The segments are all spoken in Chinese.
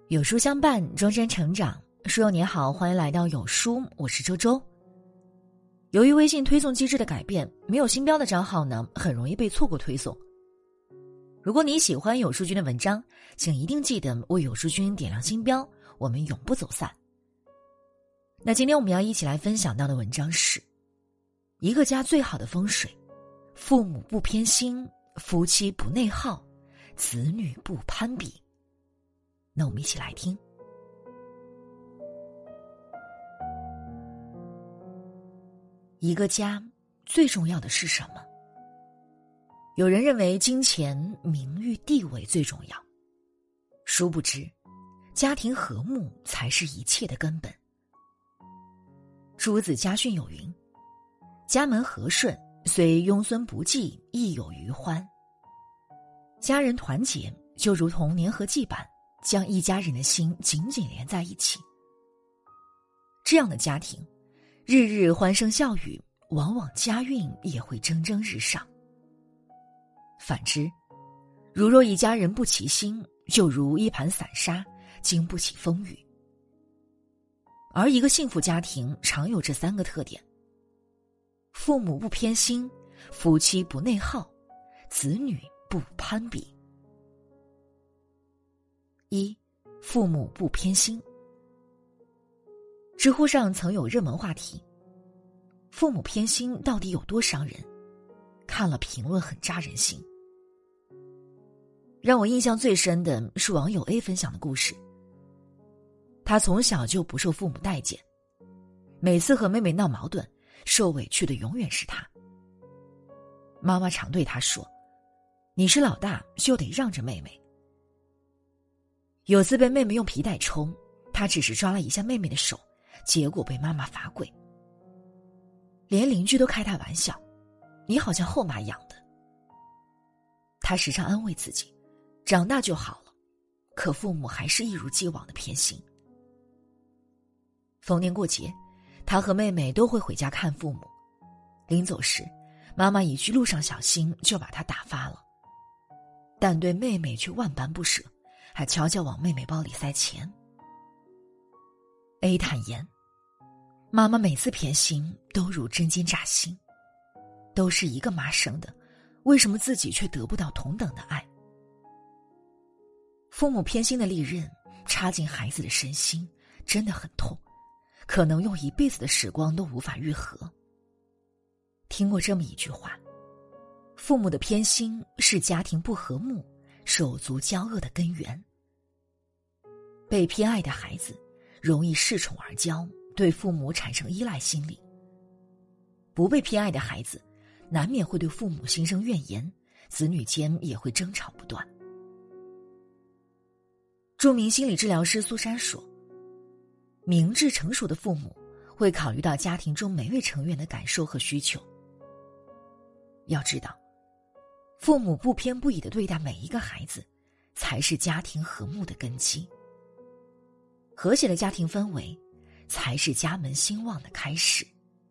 有书相伴，终身成长。书友你好，欢迎来到有书，我是周周。由于微信推送机制的改变，没有星标的账号呢，很容易被错过推送。如果你喜欢有书君的文章，请一定记得为有书君点亮星标，我们永不走散。那今天我们要一起来分享到的文章是：一个家最好的风水，父母不偏心，夫妻不内耗，子女不攀比。那我们一起来听。一个家最重要的是什么？有人认为金钱、名誉、地位最重要，殊不知家庭和睦才是一切的根本。诸子家训有云：家门和顺，虽庸孙不济，亦有余欢。家人团结就如同粘合剂般，将一家人的心紧紧连在一起。这样的家庭，日日欢声笑语，往往家运也会蒸蒸日上。反之，如若一家人不齐心，就如一盘散沙，经不起风雨。而一个幸福家庭常有这三个特点：父母不偏心，夫妻不内耗，子女不攀比。一，父母不偏心。知乎上曾有热门话题：父母偏心到底有多伤人？看了评论很扎人心。让我印象最深的是网友 A 分享的故事。他从小就不受父母待见，每次和妹妹闹矛盾，受委屈的永远是他。妈妈常对他说：你是老大，就得让着妹妹。有次被妹妹用皮带抽，他只是抓了一下妹妹的手，结果被妈妈罚跪。连邻居都开他玩笑：你好像后妈养的。他时常安慰自己，长大就好了，可父母还是一如既往的偏心。逢年过节，他和妹妹都会回家看父母，临走时，妈妈一句路上小心就把他打发了，但对妹妹却万般不舍，还悄悄往妹妹包里塞钱。A 坦言，妈妈每次偏心都如针尖扎心，都是一个妈生的，为什么自己却得不到同等的爱？父母偏心的利刃插进孩子的身心，真的很痛，可能用一辈子的时光都无法愈合。听过这么一句话：父母的偏心是家庭不和睦、手足交恶的根源。被偏爱的孩子容易恃宠而骄，对父母产生依赖心理；不被偏爱的孩子难免会对父母心生怨言，子女间也会争吵不断。著名心理治疗师苏珊说，明智成熟的父母会考虑到家庭中每位成员的感受和需求。要知道，父母不偏不倚地对待每一个孩子，才是家庭和睦的根基。和谐的家庭氛围，才是家门兴旺的开始。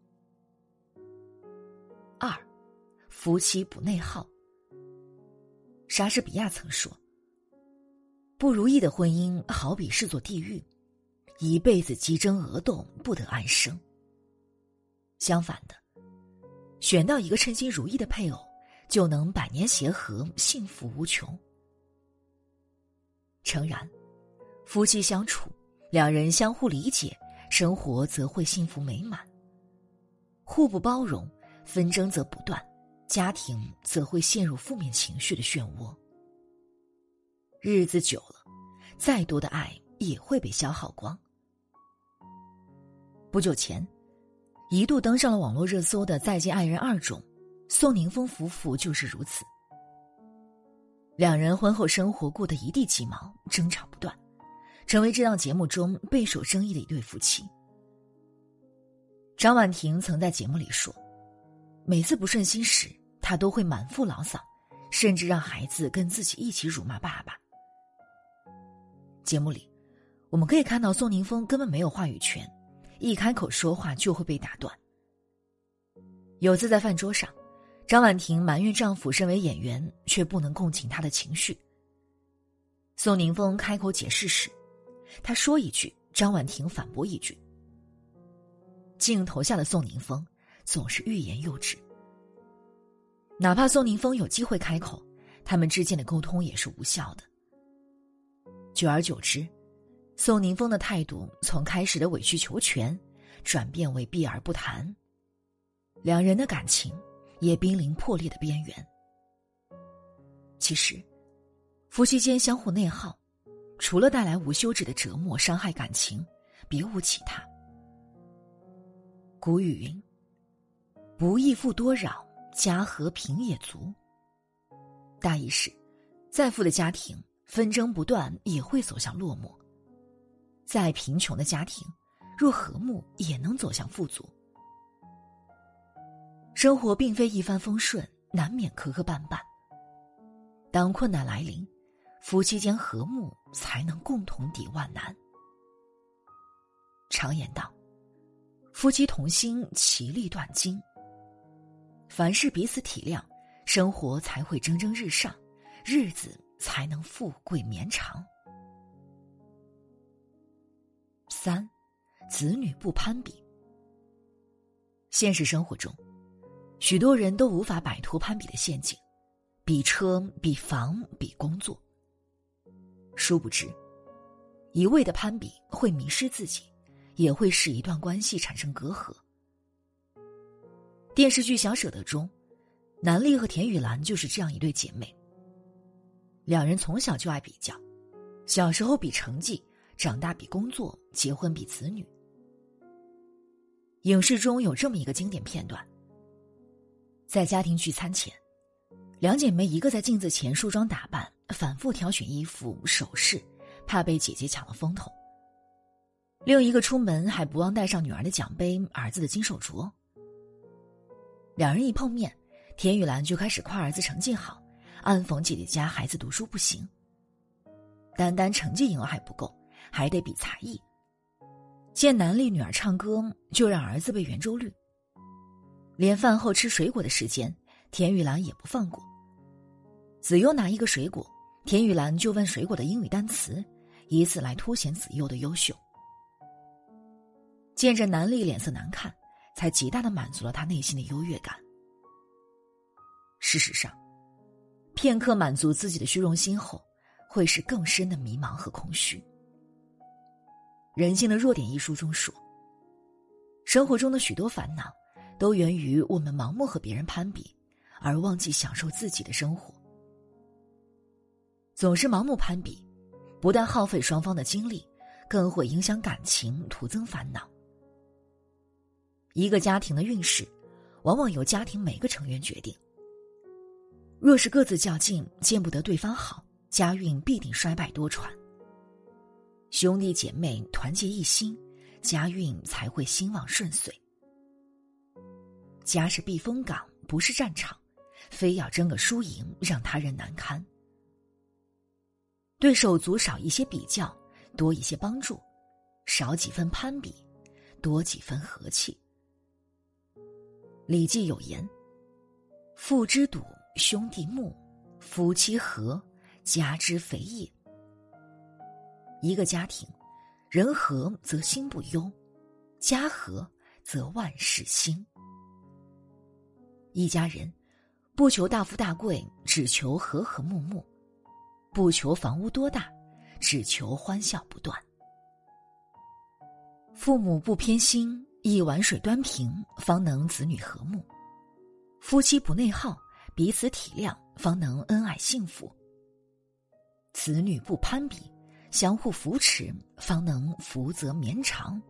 二，夫妻不内耗。莎士比亚曾说，不如意的婚姻好比是座地狱，一辈子激争俄斗，不得安生。相反的，选到一个称心如意的配偶，就能百年协和，幸福无穷。诚然，夫妻相处，两人相互理解，生活则会幸福美满；互不包容，纷争则不断，家庭则会陷入负面情绪的漩涡。日子久了，再多的爱也会被消耗光。不久前，一度登上了网络热搜的《再见爱人2》中，宋宁峰夫妇就是如此。两人婚后生活过得一地鸡毛，争吵不断，成为这档节目中备受争议的一对夫妻。张婉婷曾在节目里说，每次不顺心时，她都会满腹牢骚，甚至让孩子跟自己一起辱骂爸爸。节目里，我们可以看到宋宁峰根本没有话语权，一开口说话就会被打断。有次在饭桌上，张婉婷埋怨丈夫身为演员，却不能共情她的情绪。宋宁峰开口解释时， 他说一句，张婉婷反驳一句。镜头下的宋宁峰总是欲言又止，哪怕宋宁峰有机会开口，他们之间的沟通也是无效的。久而久之，宋宁峰的态度从开始的委曲求全转变为避而不谈，两人的感情也濒临破裂的边缘。其实夫妻间相互内耗，除了带来无休止的折磨伤害感情，别无其他。古语云，不义妇多扰，家和平也足。大意是，再富的家庭纷争不断也会走向落寞，再贫穷的家庭若和睦也能走向富足。生活并非一帆风顺，难免磕磕绊绊。当困难来临，夫妻间和睦才能共同抵万难。常言道，夫妻同心，其利断金。凡事彼此体谅，生活才会蒸蒸日上，日子才能富贵绵长。3. 子女不攀比。现实生活中，许多人都无法摆脱攀比的陷阱，比车、比房、比工作。殊不知，一味的攀比会迷失自己，也会使一段关系产生隔阂。电视剧《小舍得》中，南俪和田雨岚就是这样一对姐妹。两人从小就爱比较，小时候比成绩，长大比工作，结婚比子女。影视中有这么一个经典片段，在家庭聚餐前，两姐妹一个在镜子前梳妆打扮，反复挑选衣服、首饰，怕被姐姐抢了风头。另一个出门还不忘带上女儿的奖杯、儿子的金手镯。两人一碰面，田雨岚就开始夸儿子成绩好，暗讽姐姐家孩子读书不行。单单成绩赢了还不够，还得比才艺。见南俪女儿唱歌，就让儿子背圆周率。连饭后吃水果的时间，田雨岚也不放过。子悠拿一个水果，田雨岚就问水果的英语单词，以此来凸显子悠的优秀。见着南俪脸色难看，才极大地满足了她内心的优越感。事实上，片刻满足自己的虚荣心后，会是更深的迷茫和空虚。《人性的弱点》一书中说，生活中的许多烦恼都源于我们盲目和别人攀比，而忘记享受自己的生活。总是盲目攀比，不但耗费双方的精力，更会影响感情，徒增烦恼。一个家庭的运势，往往由家庭每个成员决定。若是各自较劲，见不得对方好，家运必定衰败多舛。兄弟姐妹团结一心，家运才会兴旺顺遂。家是避风港，不是战场，非要争个输赢，让他人难堪。对手足少一些比较，多一些帮助，少几分攀比，多几分和气。礼记有言，父之笃，兄弟睦，夫妻和，家之肥也。一个家庭，人和则心不忧，家和则万事兴。一家人不求大富大贵，只求和和睦睦；不求房屋多大，只求欢笑不断。父母不偏心，一碗水端平，方能子女和睦；夫妻不内耗，彼此体谅，方能恩爱幸福；子女不攀比，相互扶持，方能福泽绵长。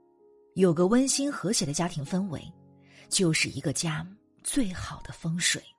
有个温馨和谐的家庭氛围，就是一个家最好的风水。